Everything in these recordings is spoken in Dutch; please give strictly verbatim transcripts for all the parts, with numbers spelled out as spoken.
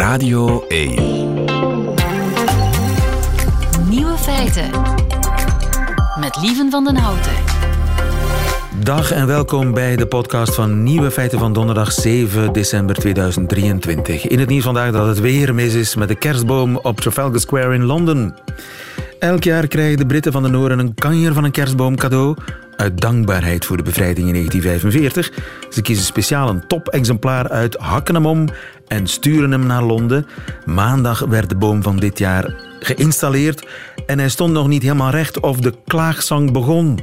Radio één. Nieuwe feiten. Met Lieven van den Houten. Dag en welkom bij de podcast van Nieuwe Feiten van donderdag zeven december tweeduizend drieëntwintig. In het nieuws vandaag dat het weer mis is met de kerstboom op Trafalgar Square in Londen. Elk jaar krijgen de Britten van de Noorden een kanjer van een kerstboom cadeau uit dankbaarheid voor de bevrijding in negentien vijfenveertig. Ze kiezen speciaal een top-exemplaar uit, hakken hem om en sturen hem naar Londen. Maandag werd de boom van dit jaar geïnstalleerd en hij stond nog niet helemaal recht of de klaagzang begon.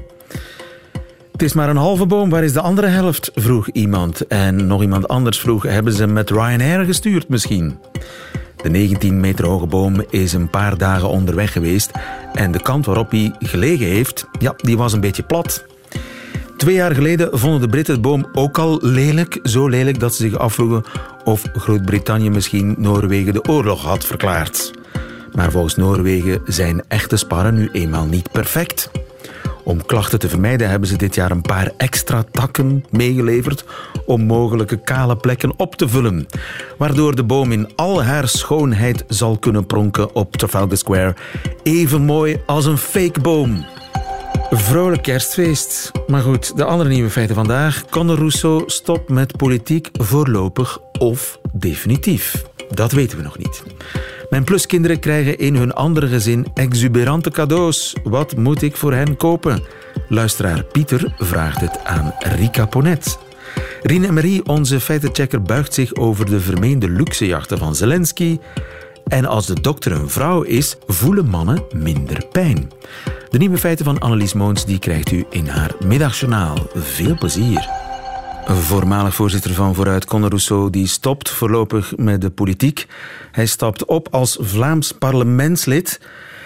Het is maar een halve boom, waar is de andere helft? Vroeg iemand. En nog iemand anders vroeg, hebben ze hem met Ryanair gestuurd misschien? De negentien meter hoge boom is een paar dagen onderweg geweest en de kant waarop hij gelegen heeft, ja, die was een beetje plat. Twee jaar geleden vonden de Britten de boom ook al lelijk, zo lelijk dat ze zich afvroegen of Groot-Brittannië misschien Noorwegen de oorlog had verklaard. Maar volgens Noorwegen zijn echte sparren nu eenmaal niet perfect. Om klachten te vermijden hebben ze dit jaar een paar extra takken meegeleverd om mogelijke kale plekken op te vullen. Waardoor de boom in al haar schoonheid zal kunnen pronken op Trafalgar Square. Even mooi als een fake boom. Vrolijk kerstfeest. Maar goed, de andere nieuwe feiten vandaag. Conor Rousseau stopt met politiek voorlopig of definitief. Dat weten we nog niet. Mijn pluskinderen krijgen in hun andere gezin exuberante cadeaus. Wat moet ik voor hen kopen? Luisteraar Pieter vraagt het aan Rika Ponet. Rien en Marie, onze feitenchecker, buigt zich over de vermeende luxejachten van Zelensky. En als de dokter een vrouw is, voelen mannen minder pijn. De nieuwe feiten van Annelies Moons die krijgt u in haar middagjournaal. Veel plezier. Voormalig voorzitter van Vooruit, Conor Rousseau, die stopt voorlopig met de politiek. Hij stapt op als Vlaams parlementslid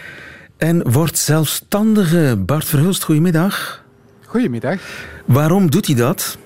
en wordt zelfstandige. Bart Verhulst, goedemiddag. Goedemiddag. Waarom doet hij dat?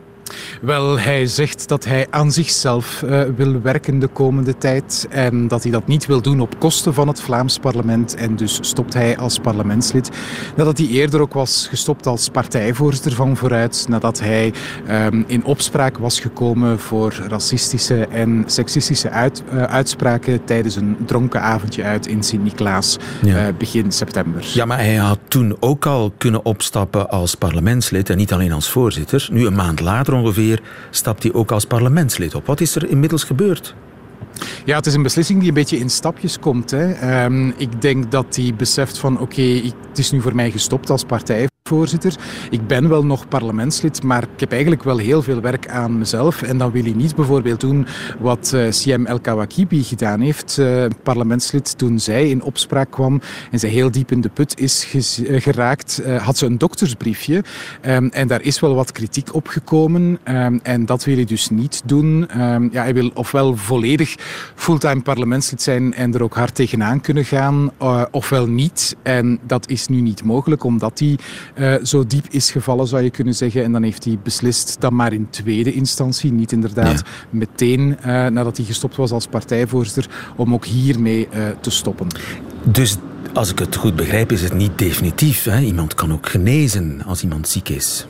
Wel, hij zegt dat hij aan zichzelf uh, wil werken de komende tijd en dat hij dat niet wil doen op kosten van het Vlaams parlement en dus stopt hij als parlementslid. Nadat hij eerder ook was gestopt als partijvoorzitter van Vooruit, nadat hij um, in opspraak was gekomen voor racistische en seksistische uit, uh, uitspraken tijdens een dronken avondje uit in Sint-Niklaas ja. uh, begin september. Ja, maar hij had toen ook al kunnen opstappen als parlementslid en niet alleen als voorzitter. Nu, een maand later ongeveer, stapt hij ook als parlementslid op. Wat is er inmiddels gebeurd? Ja, het is een beslissing die een beetje in stapjes komt. Hè. Um, ik denk dat hij beseft van oké, okay, het is nu voor mij gestopt als partijvoorzitter. Ik ben wel nog parlementslid, maar ik heb eigenlijk wel heel veel werk aan mezelf. En dan wil hij niet bijvoorbeeld doen wat uh, Siem El Kawakibi gedaan heeft, uh, parlementslid, toen zij in opspraak kwam en zij heel diep in de put is gez- uh, geraakt, uh, had ze een doktersbriefje. Um, en daar is wel wat kritiek op gekomen. Um, en dat wil hij dus niet doen. Um, ja, hij wil ofwel volledig fulltime parlementslid zijn en er ook hard tegenaan kunnen gaan, uh, ofwel niet. En dat is nu niet mogelijk, omdat hij uh, zo diep is gevallen, zou je kunnen zeggen. En dan heeft hij beslist, dan maar in tweede instantie, niet inderdaad ja. meteen uh, nadat hij gestopt was als partijvoorzitter, om ook hiermee uh, te stoppen. Dus als ik het goed begrijp, is het niet definitief. Hè? Iemand kan ook genezen als iemand ziek is.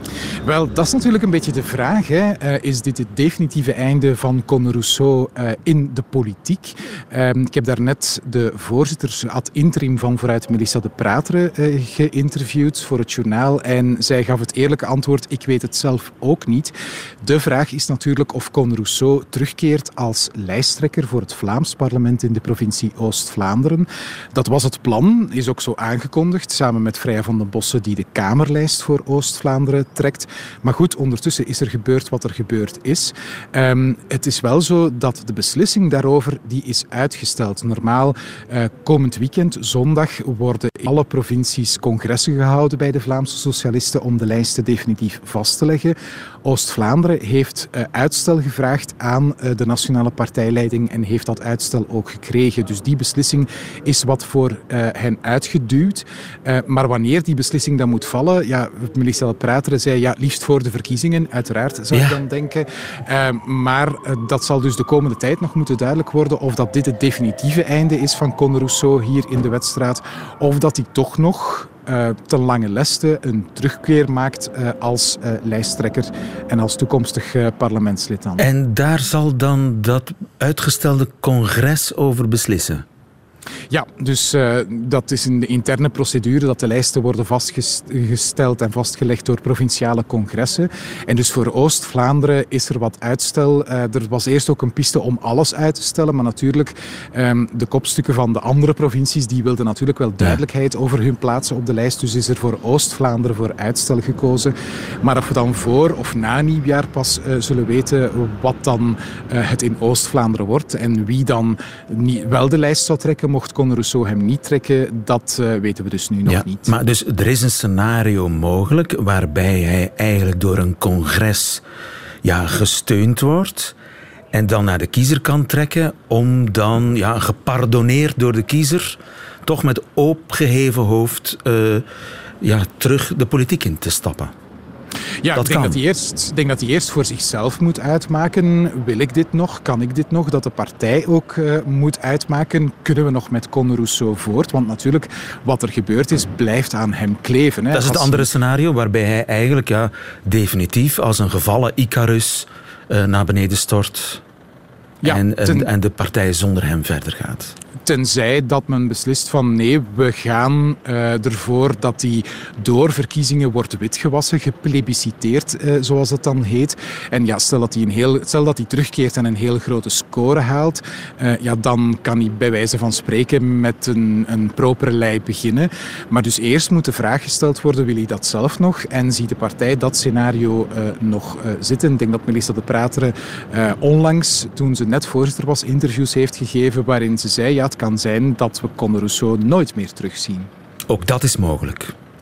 Wel, dat is natuurlijk een beetje de vraag. Hè. Uh, is dit het definitieve einde van Conor Rousseau uh, in de politiek? Uh, ik heb daarnet de voorzitter ad interim van Vooruit, Melissa de Prateren, uh, geïnterviewd voor het journaal. En zij gaf het eerlijke antwoord, ik weet het zelf ook niet. De vraag is natuurlijk of Conor Rousseau terugkeert als lijsttrekker voor het Vlaams parlement in de provincie Oost-Vlaanderen. Dat was het plan, is ook zo aangekondigd, samen met Freya van den Bossen, die de Kamerlijst voor Oost-Vlaanderen trekt. Maar goed, ondertussen is er gebeurd wat er gebeurd is. Um, het is wel zo dat de beslissing daarover die is uitgesteld. Normaal, uh, komend weekend, zondag, worden in alle provincies congressen gehouden bij de Vlaamse socialisten om de lijsten definitief vast te leggen. Oost-Vlaanderen heeft uh, uitstel gevraagd aan uh, de nationale partijleiding en heeft dat uitstel ook gekregen. Dus die beslissing is wat voor uh, hen uitgeduwd. Uh, maar wanneer die beslissing dan moet vallen, ja, Melissa de Prateren zei ja, liefst voor de verkiezingen, uiteraard, zou ik ja. dan denken. Uh, maar uh, dat zal dus de komende tijd nog moeten duidelijk worden of dat dit het definitieve einde is van Conor Rousseau hier in de Wetstraat, of dat hij toch nog uh, ten lange leste een terugkeer maakt uh, als uh, lijsttrekker en als toekomstig uh, parlementslid dan. En daar zal dan dat uitgestelde congres over beslissen? Ja, dus uh, dat is een interne procedure dat de lijsten worden vastgesteld en vastgelegd door provinciale congressen. En dus voor Oost-Vlaanderen is er wat uitstel. Uh, er was eerst ook een piste om alles uit te stellen, maar natuurlijk um, de kopstukken van de andere provincies die wilden natuurlijk wel duidelijkheid ja. over hun plaatsen op de lijst. Dus is er voor Oost-Vlaanderen voor uitstel gekozen. Maar of we dan voor of na nieuwjaar pas uh, zullen weten wat dan uh, het in Oost-Vlaanderen wordt en wie dan niet, wel de lijst zou trekken, mocht Conor Rousseau hem niet trekken, dat uh, weten we dus nu nog ja, niet. Maar dus er is een scenario mogelijk waarbij hij eigenlijk door een congres ja, gesteund wordt en dan naar de kiezer kan trekken om dan ja, gepardonneerd door de kiezer toch met opgeheven hoofd uh, ja, terug de politiek in te stappen. Ja, dat ik denk kan. dat, hij eerst, denk dat hij eerst voor zichzelf moet uitmaken. Wil ik dit nog? Kan ik dit nog? Dat de partij ook uh, moet uitmaken. Kunnen we nog met Conor Rousseau voort? Want natuurlijk, wat er gebeurd is, blijft aan hem kleven. Hè. Dat is het als andere scenario waarbij hij eigenlijk ja, definitief als een gevallen Icarus uh, naar beneden stort. Ja, en, en, ten... en de partij zonder hem verder gaat. Tenzij dat men beslist van nee, we gaan uh, ervoor dat die door verkiezingen wordt witgewassen, geplebisciteerd, uh, zoals dat dan heet. En ja, stel dat hij, een heel, stel dat hij terugkeert en een heel grote score haalt, uh, ja, dan kan hij bij wijze van spreken met een, een propere lei beginnen. Maar dus eerst moet de vraag gesteld worden, wil hij dat zelf nog? En ziet de partij dat scenario uh, nog uh, zitten? Ik denk dat Melissa de Prateren uh, onlangs, toen ze net voorzitter was, interviews heeft gegeven waarin ze zei, ja, het kan zijn dat we Conor Rousseau nooit meer terugzien. Ook dat is mogelijk.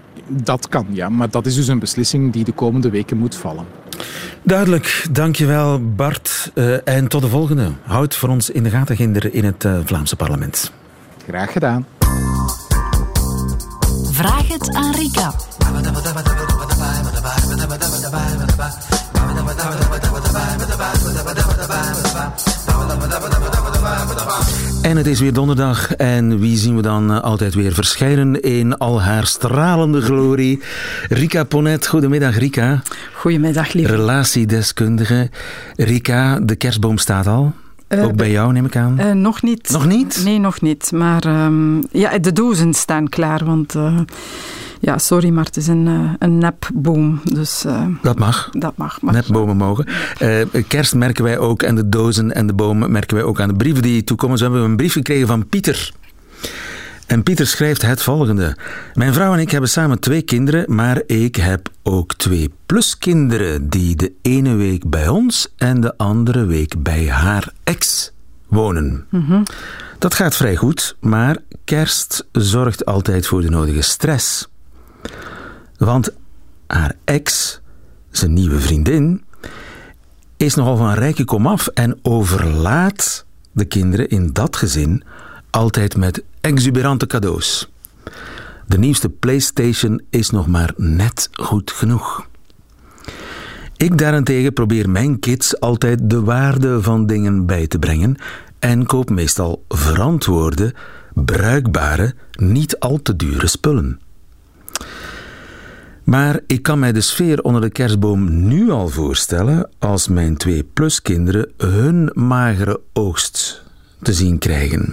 Dat kan, ja. Maar dat is dus een beslissing die de komende weken moet vallen. Duidelijk. Dankjewel, Bart. Uh, en tot de volgende. Houd voor ons in de gaten, Ginder, in het uh, Vlaamse parlement. Graag gedaan. Vraag het aan Rika. En het is weer donderdag en wie zien we dan altijd weer verschijnen in al haar stralende glorie? Rika Ponet. Goedemiddag, Rika. Goedemiddag, lieve. Relatiedeskundige. Rika, de kerstboom staat al. Uh, Ook bij jou, neem ik aan? Uh, nog niet. Nog niet? Nee, nog niet. Maar um, ja, de dozen staan klaar, want... Uh, Ja, sorry, maar het is een, uh, een nepboom. Dus, uh, dat mag. Dat mag. mag Nepbomen mogen. Uh, kerst merken wij ook en de dozen en de bomen merken wij ook aan de brieven die toekomen. Zo hebben we een brief gekregen van Pieter. En Pieter schrijft het volgende. Mijn vrouw en ik hebben samen twee kinderen, maar ik heb ook twee pluskinderen die de ene week bij ons en de andere week bij haar ex wonen. Mm-hmm. Dat gaat vrij goed, maar kerst zorgt altijd voor de nodige stress. Want haar ex, zijn nieuwe vriendin, is nogal van rijke komaf en overlaat de kinderen in dat gezin altijd met exuberante cadeaus. De nieuwste PlayStation is nog maar net goed genoeg. Ik daarentegen probeer mijn kids altijd de waarde van dingen bij te brengen en koop meestal verantwoorde, bruikbare, niet al te dure spullen. Maar ik kan mij de sfeer onder de kerstboom nu al voorstellen als mijn twee pluskinderen hun magere oogst te zien krijgen.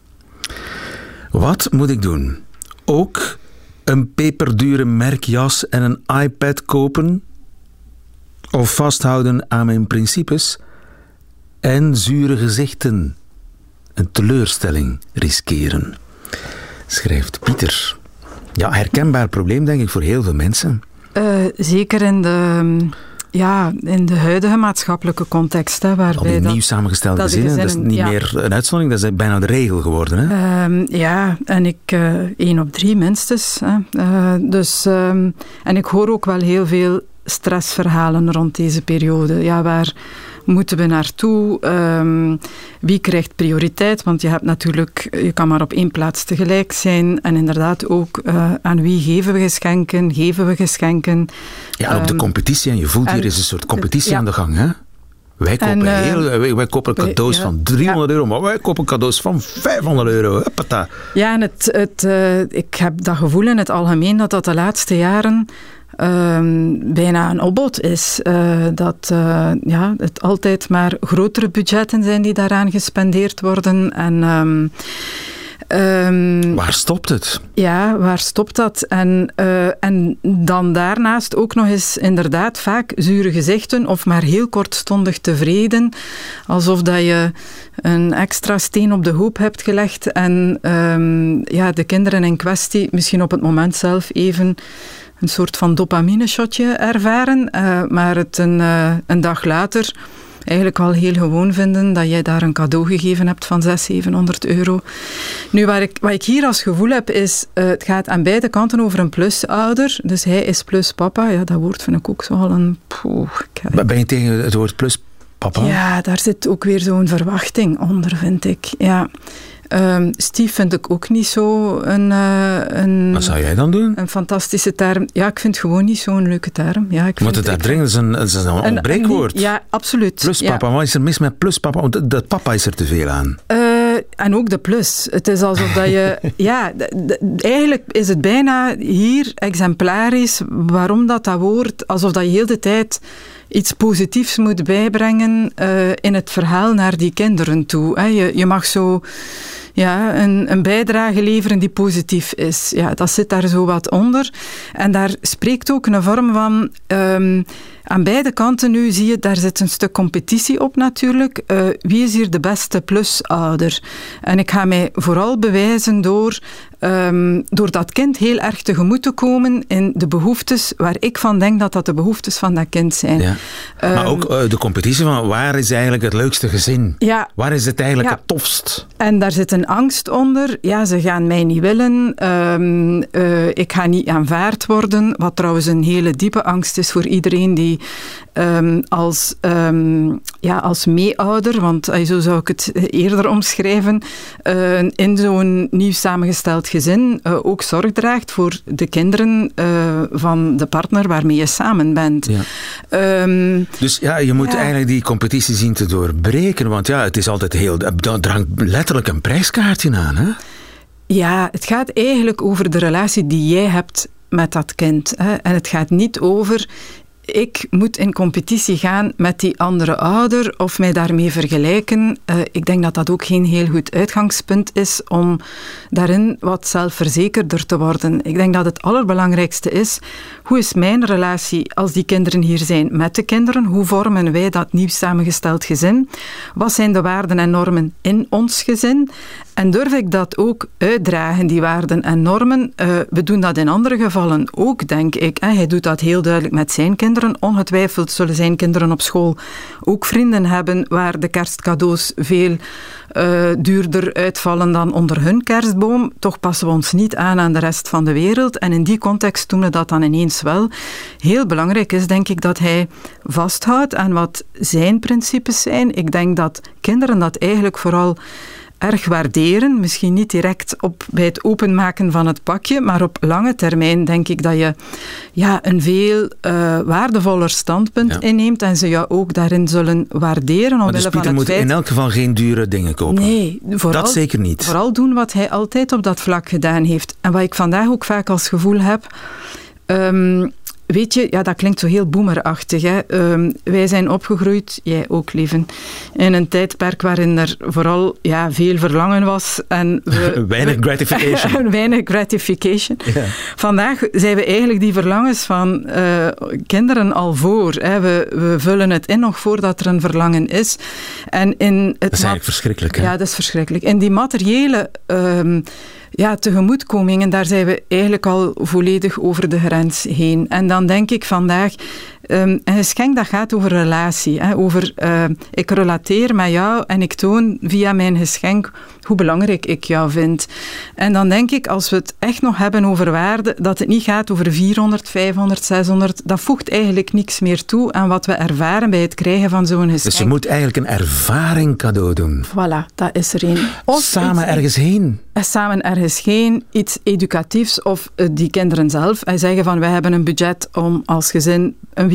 Wat moet ik doen? Ook een peperdure merkjas en een iPad kopen? Of vasthouden aan mijn principes? En zure gezichten, een teleurstelling riskeren? Schrijft Pieter. Ja, herkenbaar probleem, denk ik, voor heel veel mensen. Uh, zeker in de, ja, in de huidige maatschappelijke context. Hè, waarbij Al die dat, nieuw samengestelde dat gezinnen, gezinnen, dat is niet ja. meer een uitzondering, dat is bijna de regel geworden. Hè? Um, ja, en ik uh, één op drie minstens. Hè. Uh, dus, um, en ik hoor ook wel heel veel stressverhalen rond deze periode. Ja, waar moeten we naartoe? Um, wie krijgt prioriteit? Want je hebt natuurlijk, je kan maar op één plaats tegelijk zijn. En inderdaad ook uh, aan wie geven we geschenken? Geven we geschenken? Ja, en op de competitie. En je voelt en, hier is een soort competitie ja. aan de gang, hè? Wij kopen, en, uh, heel, wij, wij kopen cadeaus ja, van driehonderd ja. euro, maar wij kopen cadeaus van vijfhonderd euro. Huppata. Ja, en het, het, uh, ik heb dat gevoel in het algemeen dat dat de laatste jaren um, bijna een opbod is. Uh, dat uh, ja, het altijd maar grotere budgetten zijn die daaraan gespendeerd worden. En... Um, Um, waar stopt het? Ja, waar stopt dat? En, uh, en dan daarnaast ook nog eens inderdaad vaak zure gezichten of maar heel kortstondig tevreden. Alsof dat je een extra steen op de hoop hebt gelegd en um, ja, de kinderen in kwestie misschien op het moment zelf even een soort van dopamine-shotje ervaren, uh, maar het een, uh, een dag later eigenlijk wel heel gewoon vinden dat jij daar een cadeau gegeven hebt van zeshonderd, zevenhonderd euro. Nu, waar ik, wat ik hier als gevoel heb, is uh, het gaat aan beide kanten over een plusouder. Dus hij is pluspapa. Ja, dat woord vind ik ook zo al een... Poeh, ik... Ben je tegen het woord pluspapa? Ja, daar zit ook weer zo'n verwachting onder, vind ik. Ja. Um, Stief vind ik ook niet zo een, uh, een... Wat zou jij dan doen? Een fantastische term. Ja, ik vind het gewoon niet zo'n leuke term. Ja, ik Want het daar dringend is een, is een ontbreekwoord. Een, ja, absoluut. Pluspapa, ja. Wat is er mis met pluspapa? Want dat papa is er te veel aan. Uh, en ook de plus. Het is alsof dat je... ja, d- d- eigenlijk is het bijna hier exemplarisch waarom dat dat woord, alsof dat je heel de tijd iets positiefs moet bijbrengen uh, in het verhaal naar die kinderen toe. Hè. Je, je mag zo ja, een, een bijdrage leveren die positief is. Ja, dat zit daar zo wat onder. En daar spreekt ook een vorm van... Um, aan beide kanten nu zie je, daar zit een stuk competitie op natuurlijk. Uh, wie is hier de beste plusouder? En ik ga mij vooral bewijzen door, um, door dat kind heel erg tegemoet te komen in de behoeftes waar ik van denk dat dat de behoeftes van dat kind zijn. Ja. Um, maar ook uh, de competitie van waar is eigenlijk het leukste gezin? Ja. Waar is het eigenlijk ja. het tofst? En daar zit een angst onder. Ja, ze gaan mij niet willen. Um, uh, ik ga niet aanvaard worden. Wat trouwens een hele diepe angst is voor iedereen die Um, als, um, ja, als meeouder, want uh, zo zou ik het eerder omschrijven, uh, in zo'n nieuw samengesteld gezin uh, ook zorg draagt voor de kinderen uh, van de partner waarmee je samen bent. Ja. Um, dus ja, je moet ja. eigenlijk die competitie zien te doorbreken, want ja, het is altijd heel... Er hangt letterlijk een prijskaartje aan, hè? Ja, het gaat eigenlijk over de relatie die jij hebt met dat kind. Hè? En het gaat niet over... Ik moet in competitie gaan met die andere ouder of mij daarmee vergelijken. Uh, ik denk dat dat ook geen heel goed uitgangspunt is om daarin wat zelfverzekerder te worden. Ik denk dat het allerbelangrijkste is, hoe is mijn relatie als die kinderen hier zijn met de kinderen? Hoe vormen wij dat nieuw samengesteld gezin? Wat zijn de waarden en normen in ons gezin? En durf ik dat ook uitdragen, die waarden en normen? Uh, we doen dat in andere gevallen ook, denk ik. Hè. Hij doet dat heel duidelijk met zijn kinderen. Ongetwijfeld zullen zijn kinderen op school ook vrienden hebben waar de kerstcadeaus veel uh, duurder uitvallen dan onder hun kerstboom. Toch passen we ons niet aan aan de rest van de wereld. En in die context doen we dat dan ineens wel. Heel belangrijk is, denk ik, dat hij vasthoudt aan wat zijn principes zijn. Ik denk dat kinderen dat eigenlijk vooral erg waarderen. Misschien niet direct op, bij het openmaken van het pakje, maar op lange termijn denk ik dat je ja, een veel uh, waardevoller standpunt ja. inneemt en ze jou ook daarin zullen waarderen. Maar dus Pieter moet feit... in elk geval geen dure dingen kopen? Nee. Vooral, dat zeker niet. Vooral doen wat hij altijd op dat vlak gedaan heeft. En wat ik vandaag ook vaak als gevoel heb... Um, Weet je, ja, dat klinkt zo heel boemerachtig. Hè? Um, wij zijn opgegroeid, jij ook, lieven, in een tijdperk waarin er vooral ja, veel verlangen was. En we, weinig gratification. weinig gratification. Ja. Vandaag zijn we eigenlijk die verlangens van uh, kinderen al voor. Hè? We, we vullen het in nog voordat er een verlangen is. En in het dat is eigenlijk verschrikkelijk. Hè? Ja, dat is verschrikkelijk. In die materiële... Um, Ja, tegemoetkomingen, daar zijn we eigenlijk al volledig over de grens heen. En dan denk ik vandaag, um, een geschenk dat gaat over relatie. Hè, over, uh, ik relateer met jou en ik toon via mijn geschenk hoe belangrijk ik jou vind. En dan denk ik, als we het echt nog hebben over waarde, dat het niet gaat over vierhonderd, vijfhonderd, zeshonderd. Dat voegt eigenlijk niks meer toe aan wat we ervaren bij het krijgen van zo'n geschenk. Dus je moet eigenlijk een ervaring cadeau doen. Voilà, dat is er een. Of samen iets, ergens heen. Samen ergens heen, iets educatiefs of uh, die kinderen zelf. En zeggen van, wij hebben een budget om als gezin een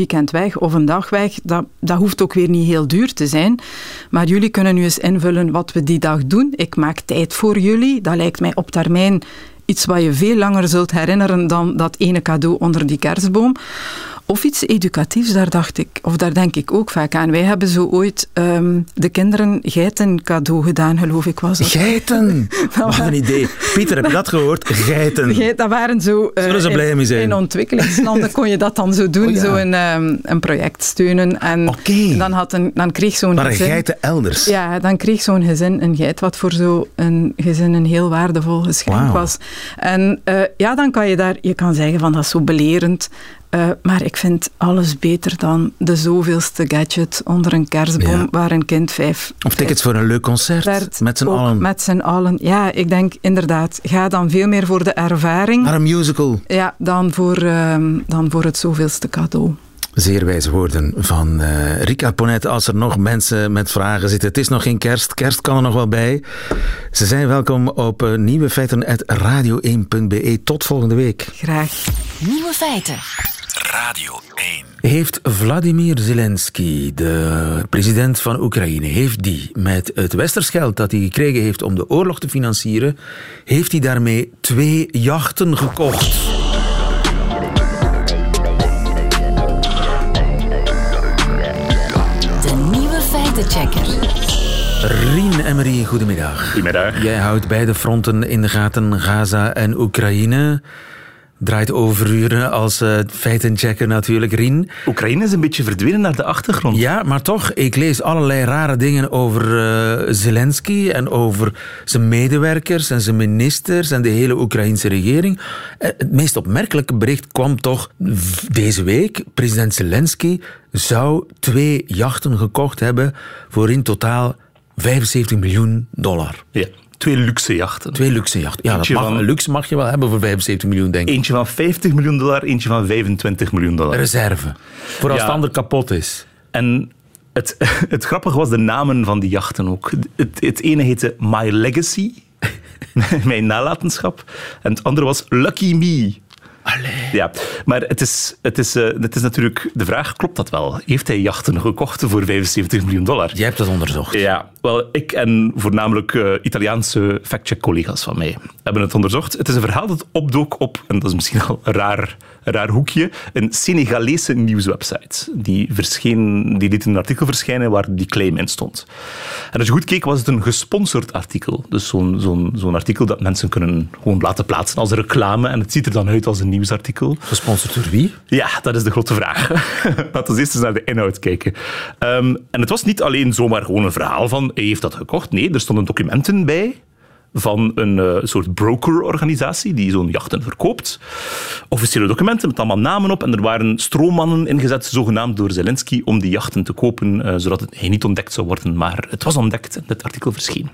weekend weg of een dag weg. Dat, dat hoeft ook weer niet heel duur te zijn. Maar jullie kunnen nu eens invullen wat we die dag doen. Ik maak tijd voor jullie. Dat lijkt mij op termijn iets wat je veel langer zult herinneren dan dat ene cadeau onder die kerstboom. Of iets educatiefs, daar dacht ik, of daar denk ik ook vaak aan. Wij hebben zo ooit um, de kinderen geiten cadeau gedaan, geloof ik was dat. Geiten? Wat een idee. Pieter, heb je dat gehoord? Geiten. Geit, dat waren zo... Uh, Zullen ze blij mee zijn? In, in ontwikkelingslanden kon je dat dan zo doen, oh ja. zo een, um, een project steunen. En okay. dan, had een, dan kreeg zo'n maar gezin... Maar geiten elders? Ja, dan kreeg zo'n gezin een geit, wat voor zo'n gezin een heel waardevol geschenk wow. was. En uh, ja, dan kan je daar... Je kan zeggen van, dat is zo belerend... Uh, maar ik vind alles beter dan de zoveelste gadget onder een kerstboom ja. waar een kind vijf... Of tickets voor een leuk concert, met z'n allen. Met z'n allen. Ja, ik denk inderdaad, ga dan veel meer voor de ervaring. Naar een musical. Ja, dan voor, uh, dan voor het zoveelste cadeau. Zeer wijze woorden van uh, Rika Ponet. Als er nog mensen met vragen zitten. Het is nog geen kerst. Kerst kan er nog wel bij. Ze zijn welkom op uh, nieuwe feiten apenstaartje radio één punt b e. Tot volgende week. Graag. Nieuwe feiten. Radio één. Heeft Vladimir Zelensky, de president van Oekraïne, heeft die met het westers geld dat hij gekregen heeft om de oorlog te financieren, heeft hij daarmee twee jachten gekocht? De nieuwe feitenchecker. Rien Emery, goedemiddag. Goedemiddag. Jij houdt beide fronten in de gaten, Gaza en Oekraïne. Draait overuren als uh, feitenchecker natuurlijk, Rien. Oekraïne is een beetje verdwenen naar de achtergrond. Ja, maar toch, ik lees allerlei rare dingen over uh, Zelensky en over zijn medewerkers en zijn ministers en de hele Oekraïnse regering. Uh, het meest opmerkelijke bericht kwam toch deze week. President Zelensky zou twee jachten gekocht hebben voor in totaal vijfenzeventig miljoen dollar. Ja. Twee luxe jachten. Twee luxe jachten. Ja, dat mag, van, luxe mag je wel hebben voor vijfenzeventig miljoen, denk ik. Eentje van vijftig miljoen dollar, eentje van vijfentwintig miljoen dollar. Reserve. Voor als ja. het ander kapot is. En het, het grappige was de namen van die jachten ook. Het, het ene heette My Legacy, mijn nalatenschap. En het andere was Lucky Me. Allee. Ja, maar het is, het, is, uh, het is natuurlijk de vraag, klopt dat wel? Heeft hij jachten gekocht voor vijfenzeventig miljoen dollar? Jij hebt dat onderzocht. Ja, wel, ik en voornamelijk uh, Italiaanse fact-check-collega's van mij hebben het onderzocht. Het is een verhaal dat opdook op, en dat is misschien al een raar, een raar hoekje, een Senegalese nieuwswebsite. Die, verscheen, die liet een artikel verschijnen waar die claim in stond. En als je goed keek, was het een gesponsord artikel. Dus zo'n, zo'n, zo'n artikel dat mensen kunnen gewoon laten plaatsen als reclame. En het ziet er dan uit als een nieuwsartikel. Gesponsord door wie? Ja, dat is de grote vraag. Laten we eerst eens naar de inhoud kijken. Um, en het was niet alleen zomaar gewoon een verhaal van hij heeft dat gekocht. Nee, er stonden documenten bij van een uh, soort brokerorganisatie die zo'n jachten verkoopt. Officiële documenten met allemaal namen op. En er waren stroommannen ingezet, zogenaamd door Zelensky, om die jachten te kopen, uh, zodat het, hij niet ontdekt zou worden. Maar het was ontdekt en dit artikel verscheen.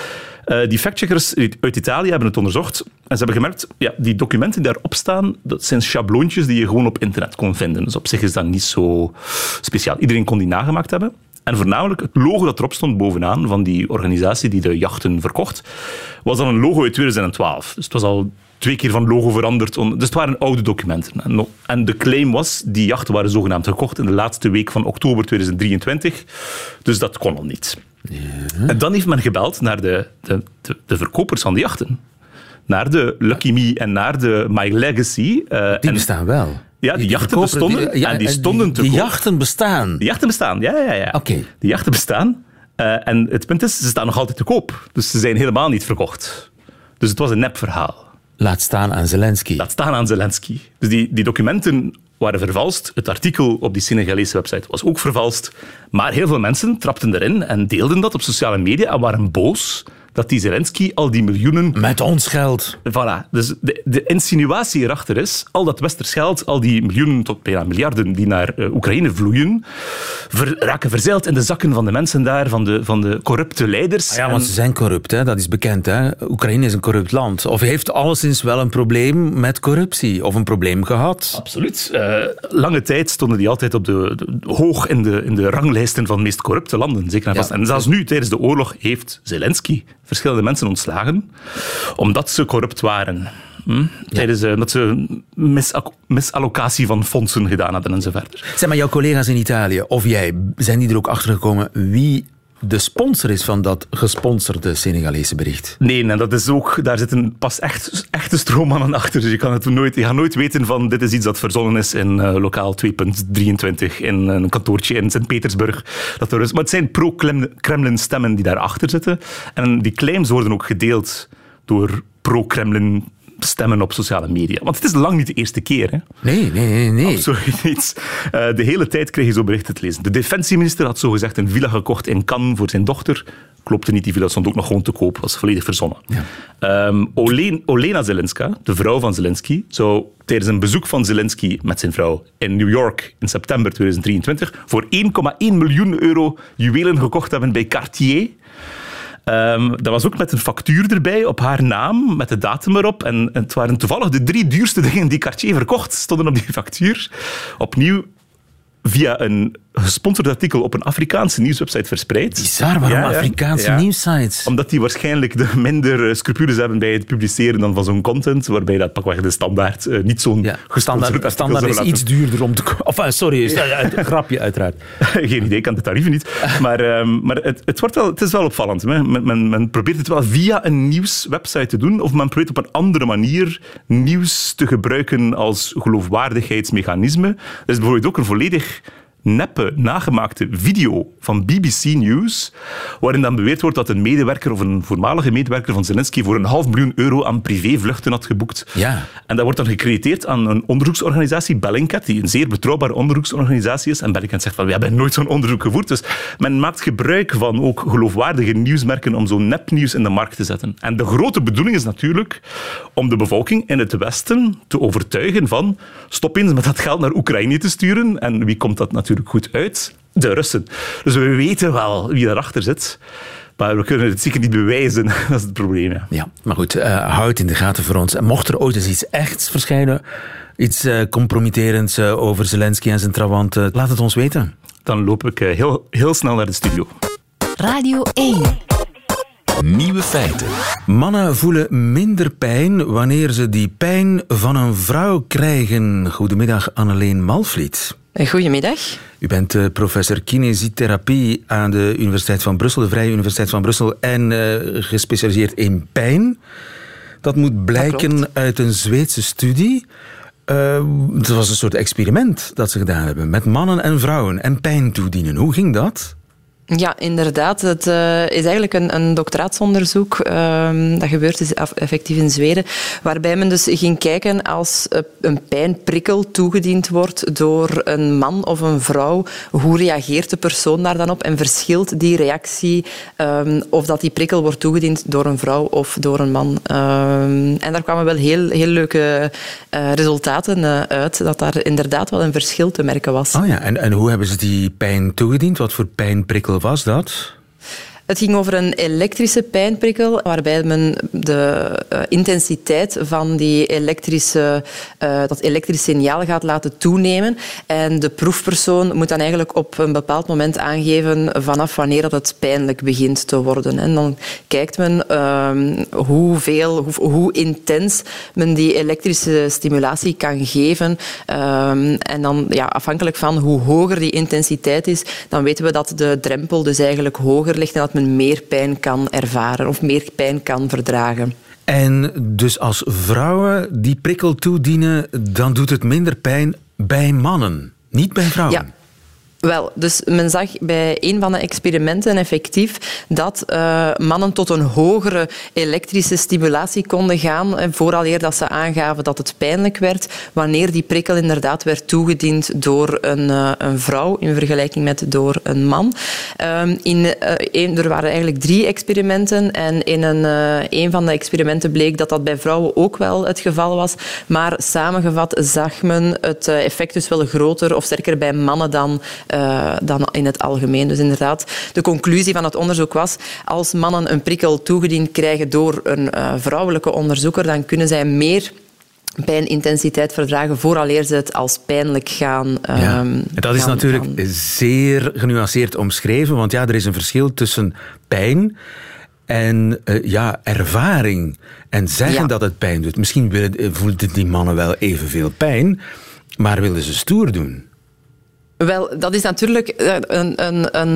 Uh, die factcheckers uit Italië hebben het onderzocht en ze hebben gemerkt, ja, die documenten die daarop staan, dat zijn schabloontjes die je gewoon op internet kon vinden. Dus op zich is dat niet zo speciaal. Iedereen kon die nagemaakt hebben. En voornamelijk het logo dat erop stond bovenaan van die organisatie die de jachten verkocht, was dan een logo uit tweeduizend twaalf. Dus het was al twee keer van logo veranderd. Dus het waren oude documenten. En de claim was, die jachten waren zogenaamd gekocht in de laatste week van oktober tweeduizend drieëntwintig. Dus dat kon al niet. Ja. En dan heeft men gebeld naar de, de, de, de verkopers van die jachten. Naar de Lucky Me en naar de My Legacy. Uh, die bestaan en, wel. Ja, die, die jachten bestonden. Die, ja, en die stonden die, te Die koop. jachten bestaan? Die jachten bestaan, ja. ja, ja. Oké. Okay. Die jachten bestaan. Uh, en het punt is, ze staan nog altijd te koop. Dus ze zijn helemaal niet verkocht. Dus het was een nepverhaal. Laat staan aan Zelensky. Laat staan aan Zelensky. Dus die, die documenten waren vervalst. Het artikel op die Senegalese website was ook vervalst. Maar heel veel mensen trapten erin en deelden dat op sociale media en waren boos dat die Zelensky al die miljoenen... Met ons geld. Voilà. Dus de, de insinuatie erachter is, al dat westers geld, al die miljoenen tot bijna miljarden die naar uh, Oekraïne vloeien, ver, raken verzeild in de zakken van de mensen daar, van de, van de corrupte leiders. Ah ja, want ze zijn corrupt, hè? Dat is bekend. Hè? Oekraïne is een corrupt land. Of heeft alleszins wel een probleem met corruptie? Of een probleem gehad? Absoluut. Uh, lange tijd stonden die altijd op de, de, hoog in de, in de ranglijsten van de meest corrupte landen. Zeker en vast. Ja. En zelfs nu, tijdens de oorlog, heeft Zelensky verschillende mensen ontslagen, omdat ze corrupt waren. Hm? Ja. Tijdens uh, dat ze misak- misallocatie van fondsen gedaan hadden en zo verder. Zeg maar, jouw collega's in Italië, of jij, zijn die er ook achter gekomen wie de sponsor is van dat gesponsorde Senegalese bericht? Nee, en dat is ook, daar zitten pas echt echte stroommannen achter. Dus je, kan het nooit, je gaat nooit weten van dit is iets dat verzonnen is in uh, lokaal twee punt drieëntwintig in een kantoortje in Sint-Petersburg. Dat er is. Maar het zijn pro-Kremlin stemmen die daarachter zitten. En die claims worden ook gedeeld door pro-Kremlin stemmen op sociale media. Want het is lang niet de eerste keer. Hè? Nee, nee, nee. nee. Absoluut niet. Uh, de hele tijd kreeg je zo berichten te lezen. De defensieminister had zogezegd een villa gekocht in Cannes voor zijn dochter. Klopte niet, die villa stond ook nog gewoon te koop. Was volledig verzonnen. Ja. Um, Olen, Olena Zelenska, de vrouw van Zelensky, zou tijdens een bezoek van Zelensky met zijn vrouw in New York in september tweeduizend drieëntwintig voor één komma één miljoen euro juwelen gekocht hebben bij Cartier. Um, dat was ook met een factuur erbij op haar naam, met de datum erop. En, en het waren toevallig de drie duurste dingen die Cartier verkocht, stonden op die factuur. Opnieuw via een gesponsord artikel op een Afrikaanse nieuwswebsite verspreid. Bizar, waarom ja, Afrikaanse ja. nieuwsites? Omdat die waarschijnlijk de minder scrupules hebben bij het publiceren dan van zo'n content, waarbij dat pakweg de standaard uh, niet zo'n ja, standaard, standaard is iets duurder om te kopen. Of, uh, sorry, is ja, een grapje uiteraard. Geen idee, ik kan de tarieven niet. Maar, um, maar het, het, wordt wel, het is wel opvallend. Hè. Men, men, men probeert het wel via een nieuwswebsite te doen, of men probeert op een andere manier nieuws te gebruiken als geloofwaardigheidsmechanisme. Er is bijvoorbeeld ook een volledig neppe, nagemaakte video van B B C News, waarin dan beweerd wordt dat een medewerker of een voormalige medewerker van Zelensky voor een half miljoen euro aan privévluchten had geboekt. Ja. En dat wordt dan gecrediteerd aan een onderzoeksorganisatie, Bellingcat, die een zeer betrouwbare onderzoeksorganisatie is. En Bellingcat zegt van, we hebben nooit zo'n onderzoek gevoerd. Dus men maakt gebruik van ook geloofwaardige nieuwsmerken om zo'n nepnieuws in de markt te zetten. En de grote bedoeling is natuurlijk om de bevolking in het Westen te overtuigen van stop eens met dat geld naar Oekraïne te sturen. En wie komt dat natuurlijk goed uit? De Russen. Dus we weten wel wie daarachter zit. Maar we kunnen het zeker niet bewijzen. Dat is het probleem. Ja, ja maar goed, uh, hou het in de gaten voor ons. Mocht er ooit eens iets echts verschijnen, iets uh, compromitterends uh, over Zelensky en zijn trawanten, laat het ons weten. Dan loop ik uh, heel, heel snel naar de studio. Radio één. Nieuwe feiten. Mannen voelen minder pijn wanneer ze die pijn van een vrouw krijgen. Goedemiddag, Anneleen Malvliet. Goedemiddag. U bent uh, professor kinesietherapie aan de Universiteit van Brussel, de Vrije Universiteit van Brussel, en uh, gespecialiseerd in pijn. Dat moet blijken dat uit een Zweedse studie. Uh, het was een soort experiment dat ze gedaan hebben met mannen en vrouwen en pijn toedienen. Hoe ging dat? Ja, inderdaad. Het uh, is eigenlijk een, een doctoraatsonderzoek uh, dat gebeurt is effectief in Zweden, waarbij men dus ging kijken als uh, een pijnprikkel toegediend wordt door een man of een vrouw, hoe reageert de persoon daar dan op en verschilt die reactie um, of dat die prikkel wordt toegediend door een vrouw of door een man. Um, en daar kwamen wel heel, heel leuke uh, resultaten uh, uit, dat daar inderdaad wel een verschil te merken was. Oh ja, en, en hoe hebben ze die pijn toegediend? Wat voor pijnprikkel was dat? Het ging over een elektrische pijnprikkel, waarbij men de uh, intensiteit van die elektrische, uh, dat elektrisch signaal gaat laten toenemen. En de proefpersoon moet dan eigenlijk op een bepaald moment aangeven vanaf wanneer dat het pijnlijk begint te worden. En dan kijkt men uh, hoeveel, hoe, hoe intens men die elektrische stimulatie kan geven. Uh, en dan, ja, afhankelijk van hoe hoger die intensiteit is, dan weten we dat de drempel dus eigenlijk hoger ligt en dat men meer pijn kan ervaren of meer pijn kan verdragen. En dus als vrouwen die prikkel toedienen, dan doet het minder pijn bij mannen, niet bij vrouwen? Ja. Wel, dus men zag bij een van de experimenten effectief dat uh, mannen tot een hogere elektrische stimulatie konden gaan, en vooraleer dat ze aangaven dat het pijnlijk werd, wanneer die prikkel inderdaad werd toegediend door een, uh, een vrouw in vergelijking met door een man. Um, in, uh, een, er waren eigenlijk drie experimenten en in een, uh, een van de experimenten bleek dat dat bij vrouwen ook wel het geval was, maar samengevat zag men het effect dus wel groter of sterker bij mannen dan Uh, dan in het algemeen. Dus inderdaad, de conclusie van het onderzoek was, als mannen een prikkel toegediend krijgen door een uh, vrouwelijke onderzoeker, dan kunnen zij meer pijnintensiteit verdragen vooraleer ze het als pijnlijk gaan um, ja. Dat is gaan, natuurlijk gaan. zeer genuanceerd omschreven, want ja, er is een verschil tussen pijn en uh, ja, ervaring. En zeggen ja. dat het pijn doet. Misschien willen, voelden die mannen wel evenveel pijn, maar wilden ze stoer doen. Wel, dat is natuurlijk een, een, een,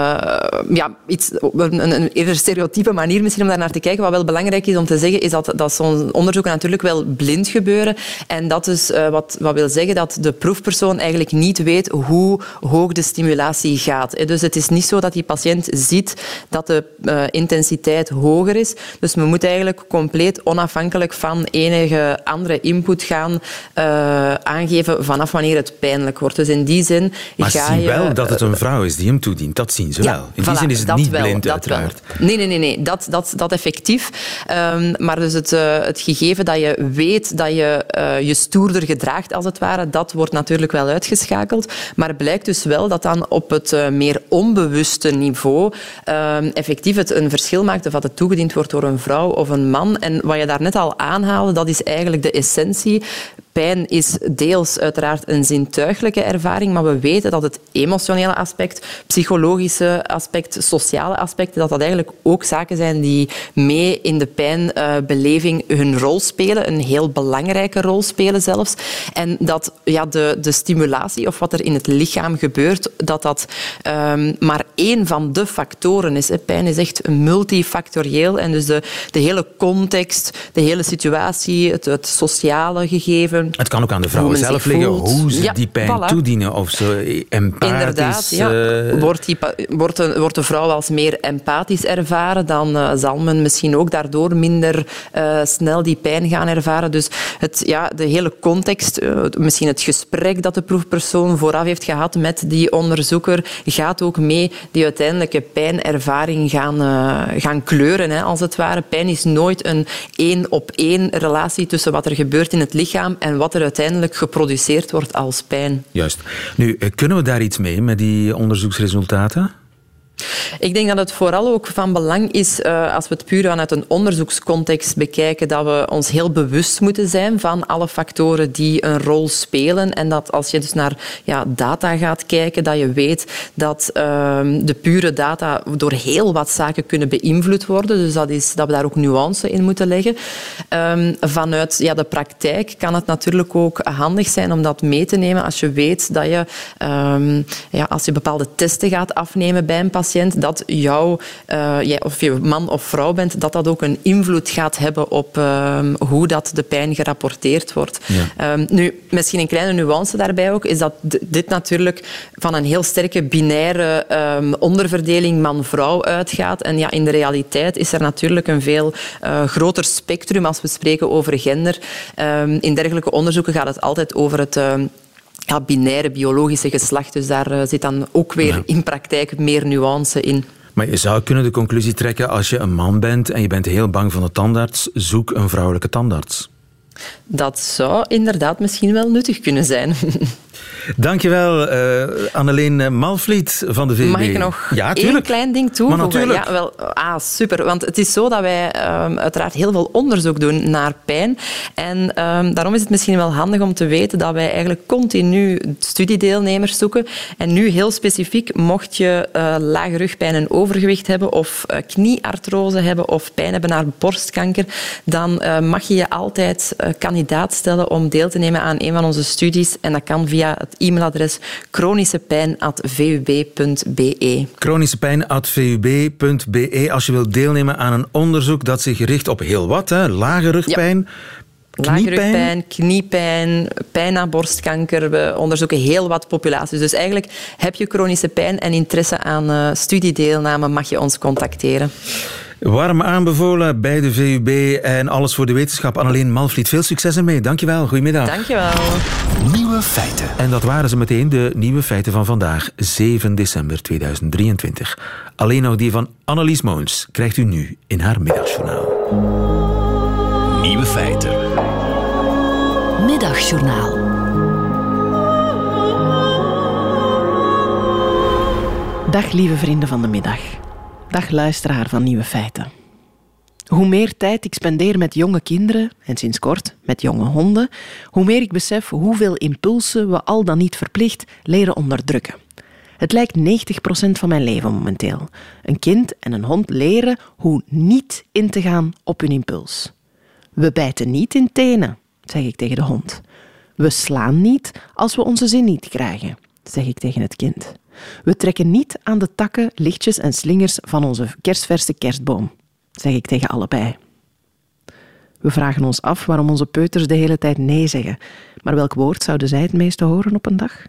uh, ja, iets, een, een eerder stereotype manier misschien om daar naar te kijken. Wat wel belangrijk is om te zeggen, is dat, dat zo'n onderzoeken natuurlijk wel blind gebeuren. En dat is uh, wat, wat wil zeggen dat de proefpersoon eigenlijk niet weet hoe hoog de stimulatie gaat. Dus het is niet zo dat die patiënt ziet dat de uh, intensiteit hoger is. Dus we moeten eigenlijk compleet onafhankelijk van enige andere input gaan uh, aangeven vanaf wanneer het pijnlijk wordt. Dus in die zin Maar ga zien je, wel dat het een vrouw is die hem toedient. Dat zien ze ja, wel. In voilà, die zin is het niet wel, blind, uiteraard. Wel. Nee, nee, nee, nee. Dat, dat, dat effectief. Um, maar dus het, uh, het gegeven dat je weet dat je uh, je stoerder gedraagt, als het ware, dat wordt natuurlijk wel uitgeschakeld. Maar het blijkt dus wel dat dan op het uh, meer onbewuste niveau um, effectief het een verschil maakt of dat het toegediend wordt door een vrouw of een man. En wat je daarnet al aanhaalde, dat is eigenlijk de essentie. Pijn is deels uiteraard een zintuiglijke ervaring, maar we weten dat het emotionele aspect, psychologische aspect, sociale aspecten, dat dat eigenlijk ook zaken zijn die mee in de pijnbeleving uh, hun rol spelen, een heel belangrijke rol spelen zelfs. En dat ja, de, de stimulatie of wat er in het lichaam gebeurt, dat dat um, maar één van de factoren is. Pijn is echt multifactorieel en dus de, de hele context, de hele situatie, het, het sociale gegeven. Het kan ook aan de vrouwen zelf liggen, hoe ze ja, die pijn voilà. toedienen. Of ze empathisch... Inderdaad, ja. Uh... Wordt, die, wordt, de, wordt de vrouw als meer empathisch ervaren, dan uh, zal men misschien ook daardoor minder uh, snel die pijn gaan ervaren. Dus het, ja, de hele context, uh, misschien het gesprek dat de proefpersoon vooraf heeft gehad met die onderzoeker, gaat ook mee die uiteindelijke pijnervaring gaan, uh, gaan kleuren, hè, als het ware. Pijn is nooit een één-op-één relatie tussen wat er gebeurt in het lichaam en wat er uiteindelijk geproduceerd wordt als pijn. Juist. Nu, kunnen we daar iets mee met die onderzoeksresultaten? Ik denk dat het vooral ook van belang is, uh, als we het puur vanuit een onderzoekscontext bekijken, dat we ons heel bewust moeten zijn van alle factoren die een rol spelen. En dat als je dus naar ja, data gaat kijken, dat je weet dat uh, de pure data door heel wat zaken kunnen beïnvloed worden. Dus dat, is, dat we daar ook nuance in moeten leggen. Um, vanuit ja, de praktijk kan het natuurlijk ook handig zijn om dat mee te nemen als je weet dat je, um, ja, als je bepaalde testen gaat afnemen bij een patiënt, dat jou, uh, jij, of je man of vrouw bent, dat dat ook een invloed gaat hebben op uh, hoe dat de pijn gerapporteerd wordt. Ja. Um, nu, misschien een kleine nuance daarbij ook, is dat d- dit natuurlijk van een heel sterke binaire um, onderverdeling man-vrouw uitgaat. En ja, in de realiteit is er natuurlijk een veel uh, groter spectrum als we spreken over gender. Um, in dergelijke onderzoeken gaat het altijd over het... Uh, Ja, binaire biologische geslacht. Dus daar uh, zit dan ook weer ja. in praktijk meer nuance in. Maar je zou kunnen de conclusie trekken, als je een man bent en je bent heel bang van de tandarts, zoek een vrouwelijke tandarts. Dat zou inderdaad misschien wel nuttig kunnen zijn. Dankjewel, uh, Anneleen Malvliet van de V U B. Mag ik nog ja, één klein ding toevoegen? Maar natuurlijk. Ja, wel, ah, super. Want het is zo dat wij um, uiteraard heel veel onderzoek doen naar pijn. En um, daarom is het misschien wel handig om te weten dat wij eigenlijk continu studiedeelnemers zoeken. En nu heel specifiek, mocht je uh, lage rugpijn en overgewicht hebben of uh, knieartrose hebben of pijn hebben naar borstkanker, dan uh, mag je je altijd uh, kandidaat stellen om deel te nemen aan een van onze studies. En dat kan via het e-mailadres chronischepijn apenstaartje v u b punt b e. chronischepijn apenstaartje v u b punt b e als je wilt deelnemen aan een onderzoek dat zich richt op heel wat, hè? Lage rugpijn, ja. Lage rugpijn, kniepijn, pijn na borstkanker. We onderzoeken heel wat populaties. Dus eigenlijk heb je chronische pijn en interesse aan uh, studiedeelname, mag je ons contacteren. Warm aanbevolen bij de V U B en Alles voor de Wetenschap. Anneleen Malvliet, veel succes ermee. Dankjewel, goedemiddag. Dankjewel. Nieuwe feiten. En dat waren ze meteen, de nieuwe feiten van vandaag, zeven december tweeduizend drieëntwintig. Alleen nog die van Annelies Moons krijgt u nu in haar middagjournaal. Nieuwe feiten. Middagjournaal. Dag lieve vrienden van de middag. Dag luisteraar van Nieuwe Feiten. Hoe meer tijd ik spendeer met jonge kinderen, en sinds kort met jonge honden, hoe meer ik besef hoeveel impulsen we al dan niet verplicht leren onderdrukken. Het lijkt negentig procent van mijn leven momenteel. Een kind en een hond leren hoe niet in te gaan op hun impuls. We bijten niet in tenen, zeg ik tegen de hond. We slaan niet als we onze zin niet krijgen, zeg ik tegen het kind. We trekken niet aan de takken, lichtjes en slingers van onze kerstverse kerstboom, zeg ik tegen allebei. We vragen ons af waarom onze peuters de hele tijd nee zeggen. Maar welk woord zouden zij het meeste horen op een dag?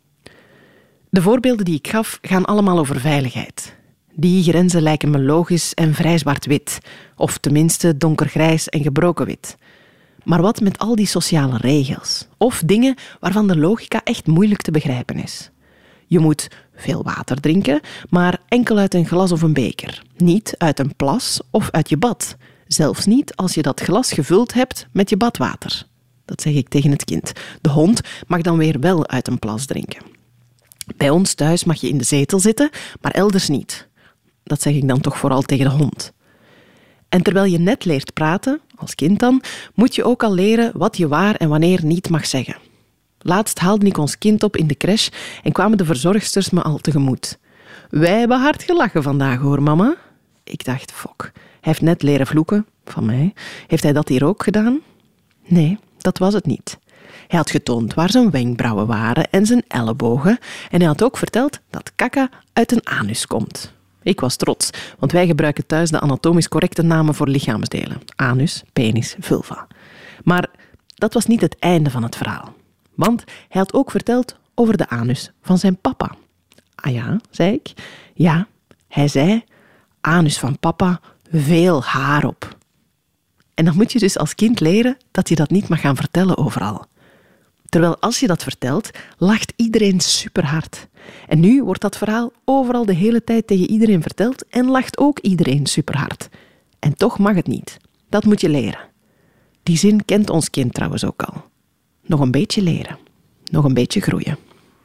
De voorbeelden die ik gaf gaan allemaal over veiligheid. Die grenzen lijken me logisch en vrij zwart-wit. Of tenminste donkergrijs en gebroken wit. Maar wat met al die sociale regels? Of dingen waarvan de logica echt moeilijk te begrijpen is? Je moet veel water drinken, maar enkel uit een glas of een beker. Niet uit een plas of uit je bad. Zelfs niet als je dat glas gevuld hebt met je badwater. Dat zeg ik tegen het kind. De hond mag dan weer wel uit een plas drinken. Bij ons thuis mag je in de zetel zitten, maar elders niet. Dat zeg ik dan toch vooral tegen de hond. En terwijl je net leert praten, als kind dan, moet je ook al leren wat je waar en wanneer niet mag zeggen. Laatst haalde ik ons kind op in de crash en kwamen de verzorgsters me al tegemoet. Wij hebben hard gelachen vandaag hoor, mama. Ik dacht, fok, hij heeft net leren vloeken, van mij. Heeft hij dat hier ook gedaan? Nee, dat was het niet. Hij had getoond waar zijn wenkbrauwen waren en zijn ellebogen. En hij had ook verteld dat kaka uit een anus komt. Ik was trots, want wij gebruiken thuis de anatomisch correcte namen voor lichaamsdelen. Anus, penis, vulva. Maar dat was niet het einde van het verhaal. Want hij had ook verteld over de anus van zijn papa. Ah ja, zei ik. Ja, hij zei, anus van papa, veel haar op. En dan moet je dus als kind leren dat je dat niet mag gaan vertellen overal. Terwijl als je dat vertelt, lacht iedereen superhard. En nu wordt dat verhaal overal de hele tijd tegen iedereen verteld en lacht ook iedereen superhard. En toch mag het niet. Dat moet je leren. Die zin kent ons kind trouwens ook al. Nog een beetje leren. Nog een beetje groeien.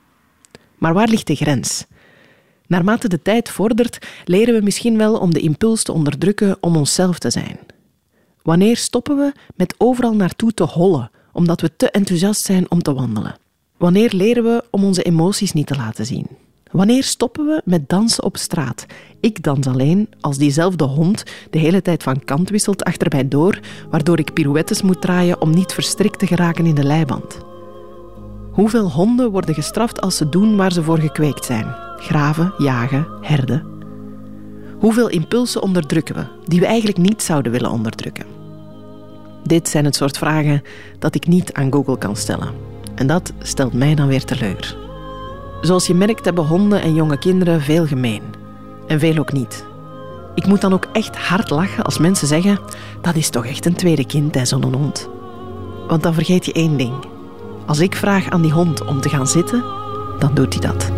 Maar waar ligt de grens? Naarmate de tijd vordert, leren we misschien wel om de impuls te onderdrukken om onszelf te zijn. Wanneer stoppen we met overal naartoe te hollen, omdat we te enthousiast zijn om te wandelen? Wanneer leren we om onze emoties niet te laten zien? Wanneer stoppen we met dansen op straat? Ik dans alleen als diezelfde hond de hele tijd van kant wisselt achter mij door, waardoor ik pirouettes moet draaien om niet verstrikt te geraken in de leiband. Hoeveel honden worden gestraft als ze doen waar ze voor gekweekt zijn? Graven, jagen, herden. Hoeveel impulsen onderdrukken we, die we eigenlijk niet zouden willen onderdrukken? Dit zijn het soort vragen dat ik niet aan Google kan stellen. En dat stelt mij dan weer teleur. Zoals je merkt hebben honden en jonge kinderen veel gemeen. En veel ook niet. Ik moet dan ook echt hard lachen als mensen zeggen, dat is toch echt een tweede kind, hè, zo'n hond. Want dan vergeet je één ding. Als ik vraag aan die hond om te gaan zitten, dan doet hij dat.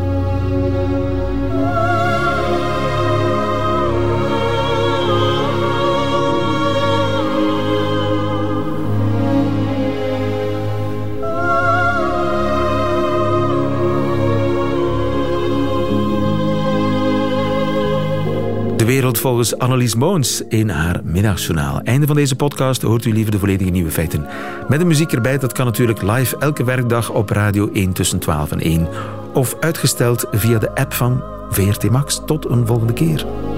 De wereld volgens Annelies Moons in haar middagjournaal. Einde van deze podcast hoort u liever de volledige Nieuwe Feiten. Met de muziek erbij, dat kan natuurlijk live elke werkdag op Radio één tussen twaalf en één. Of uitgesteld via de app van V R T Max. Tot een volgende keer.